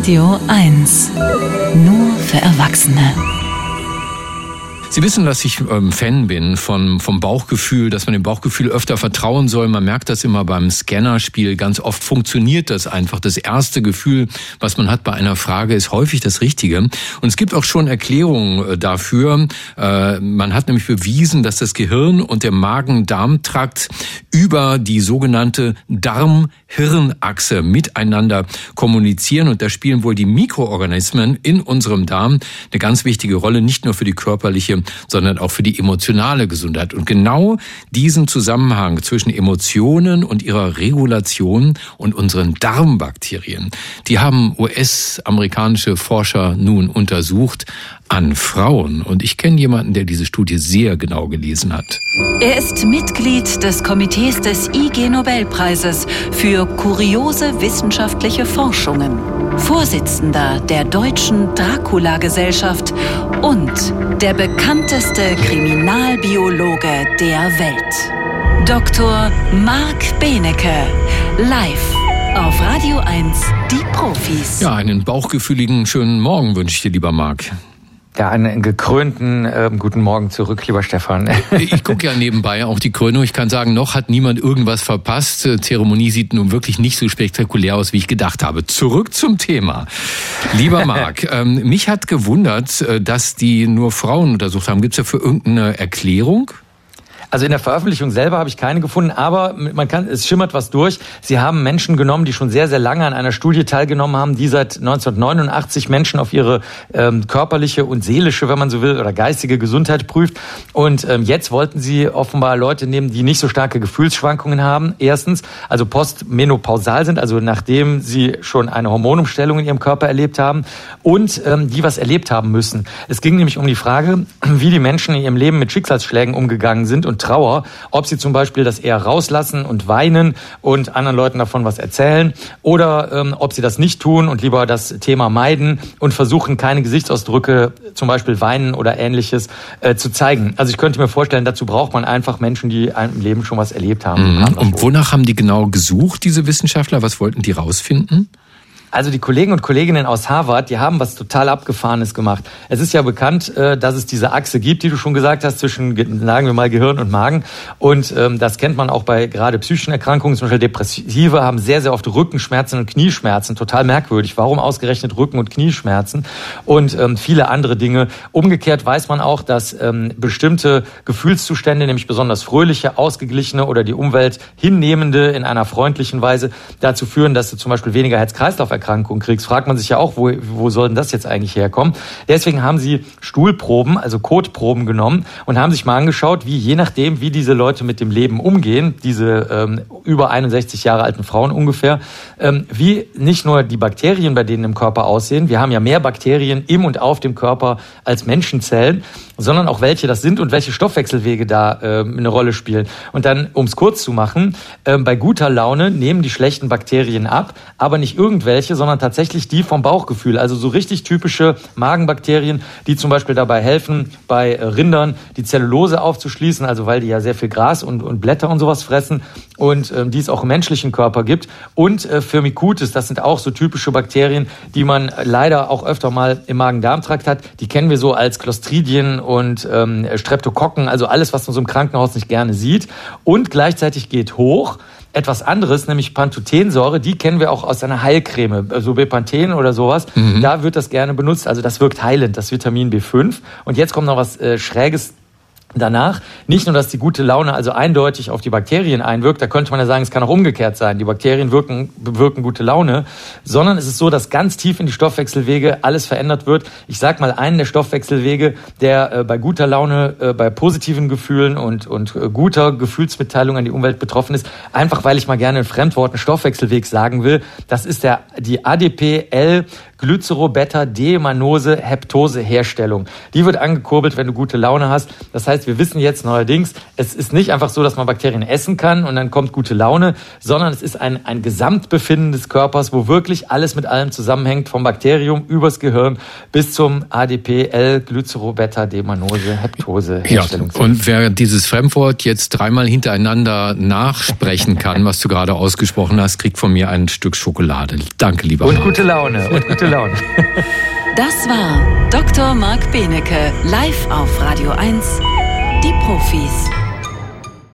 Radio 1. Nur für Erwachsene. Sie wissen, dass ich Fan bin vom Bauchgefühl, dass man dem Bauchgefühl öfter vertrauen soll. Man merkt das immer beim Scannerspiel. Ganz oft funktioniert das einfach. Das erste Gefühl, was man hat bei einer Frage, ist häufig das Richtige. Und es gibt auch schon Erklärungen dafür. Man hat nämlich bewiesen, dass das Gehirn und der Magen-Darm-Trakt über die sogenannte Darm-Hirn-Achse miteinander kommunizieren. Und da spielen wohl die Mikroorganismen in unserem Darm eine ganz wichtige Rolle, nicht nur für die körperliche, sondern auch für die emotionale Gesundheit. Und genau diesen Zusammenhang zwischen Emotionen und ihrer Regulation und unseren Darmbakterien, die haben US-amerikanische Forscher nun untersucht an Frauen. Und ich kenne jemanden, der diese Studie sehr genau gelesen hat. Er ist Mitglied des Komitees des IG-Nobelpreises für kuriose wissenschaftliche Forschungen, Vorsitzender der Deutschen Dracula-Gesellschaft und der bekannteste Kriminalbiologe der Welt. Dr. Marc Benecke, live auf Radio 1, die Profis. Ja, einen bauchgefühligen schönen Morgen wünsche ich dir, lieber Marc. Ja, einen gekrönten guten Morgen zurück, lieber Stefan. Ich gucke ja nebenbei auch die Krönung. Ich kann sagen, noch hat niemand irgendwas verpasst. Zeremonie sieht nun wirklich nicht so spektakulär aus, wie ich gedacht habe. Zurück zum Thema. Lieber Marc, mich hat gewundert, dass die nur Frauen untersucht haben. Gibt es dafür irgendeine Erklärung? Also in der Veröffentlichung selber habe ich keine gefunden, aber es schimmert was durch. Sie haben Menschen genommen, die schon sehr, sehr lange an einer Studie teilgenommen haben, die seit 1989 Menschen auf ihre körperliche und seelische, wenn man so will, oder geistige Gesundheit prüft. Und jetzt wollten sie offenbar Leute nehmen, die nicht so starke Gefühlsschwankungen haben. Erstens, also postmenopausal sind, also nachdem sie schon eine Hormonumstellung in ihrem Körper erlebt haben und die was erlebt haben müssen. Es ging nämlich um die Frage, wie die Menschen in ihrem Leben mit Schicksalsschlägen umgegangen sind und Trauer, ob sie zum Beispiel das eher rauslassen und weinen und anderen Leuten davon was erzählen oder ob sie das nicht tun und lieber das Thema meiden und versuchen, keine Gesichtsausdrücke, zum Beispiel weinen oder Ähnliches, zu zeigen. Also ich könnte mir vorstellen, dazu braucht man einfach Menschen, die im Leben schon was erlebt haben. Und wonach haben die genau gesucht, diese Wissenschaftler? Was wollten die rausfinden? Also die Kollegen und Kolleginnen aus Harvard, die haben was total Abgefahrenes gemacht. Es ist ja bekannt, dass es diese Achse gibt, die du schon gesagt hast, zwischen, sagen wir mal, Gehirn und Magen. Und das kennt man auch bei gerade psychischen Erkrankungen. Zum Beispiel Depressive haben sehr, sehr oft Rückenschmerzen und Knieschmerzen. Total merkwürdig. Warum ausgerechnet Rücken- und Knieschmerzen? Und viele andere Dinge. Umgekehrt weiß man auch, dass bestimmte Gefühlszustände, nämlich besonders fröhliche, ausgeglichene oder die Umwelt hinnehmende in einer freundlichen Weise dazu führen, dass du zum Beispiel weniger Herz-Kreislauf-Erkrankungen kriegst, fragt man sich ja auch, wo soll denn das jetzt eigentlich herkommen? Deswegen haben sie Stuhlproben, also Kotproben genommen und haben sich mal angeschaut, wie je nachdem, wie diese Leute mit dem Leben umgehen, diese über 61 Jahre alten Frauen ungefähr, wie nicht nur die Bakterien bei denen im Körper aussehen, wir haben ja mehr Bakterien im und auf dem Körper als Menschenzellen, sondern auch welche das sind und welche Stoffwechselwege da eine Rolle spielen. Und dann, um es kurz zu machen, bei guter Laune nehmen die schlechten Bakterien ab, aber nicht irgendwelche, sondern tatsächlich die vom Bauchgefühl. Also so richtig typische Magenbakterien, die zum Beispiel dabei helfen, bei Rindern die Zellulose aufzuschließen, also weil die ja sehr viel Gras und Blätter und sowas fressen und die es auch im menschlichen Körper gibt. Und Firmicutes, das sind auch so typische Bakterien, die man leider auch öfter mal im Magen-Darm-Trakt hat. Die kennen wir so als Clostridien und Streptokokken, also alles, was man so im Krankenhaus nicht gerne sieht. Und gleichzeitig geht hoch etwas anderes, nämlich Pantothensäure, die kennen wir auch aus einer Heilcreme, also Bepanthen oder sowas. Da wird das gerne benutzt, also das wirkt heilend, das Vitamin B5. Und jetzt kommt noch was Schräges danach. Nicht nur, dass die gute Laune also eindeutig auf die Bakterien einwirkt, da könnte man ja sagen, es kann auch umgekehrt sein. Die Bakterien bewirken gute Laune, sondern es ist so, dass ganz tief in die Stoffwechselwege alles verändert wird. Ich sag mal einen der Stoffwechselwege, der bei guter Laune, bei positiven Gefühlen und guter Gefühlsmitteilung an die Umwelt betroffen ist, einfach weil ich mal gerne ein Fremdwort, einen Stoffwechselweg sagen will. Das ist die ADP-L Glycerobeta-Deaminose-Heptose-Herstellung. Die wird angekurbelt, wenn du gute Laune hast. Das heißt, wir wissen jetzt neuerdings, es ist nicht einfach so, dass man Bakterien essen kann und dann kommt gute Laune, sondern es ist ein Gesamtbefinden des Körpers, wo wirklich alles mit allem zusammenhängt, vom Bakterium übers Gehirn bis zum ADP-L-Glycerobeta-Deaminose-Heptose-Herstellung. Ja, und wer dieses Fremdwort jetzt dreimal hintereinander nachsprechen kann, was du gerade ausgesprochen hast, kriegt von mir ein Stück Schokolade. Danke, lieber Marc. Und gute Laune. gute Laune. Das war Dr. Marc Benecke, live auf Radio 1, die Profis.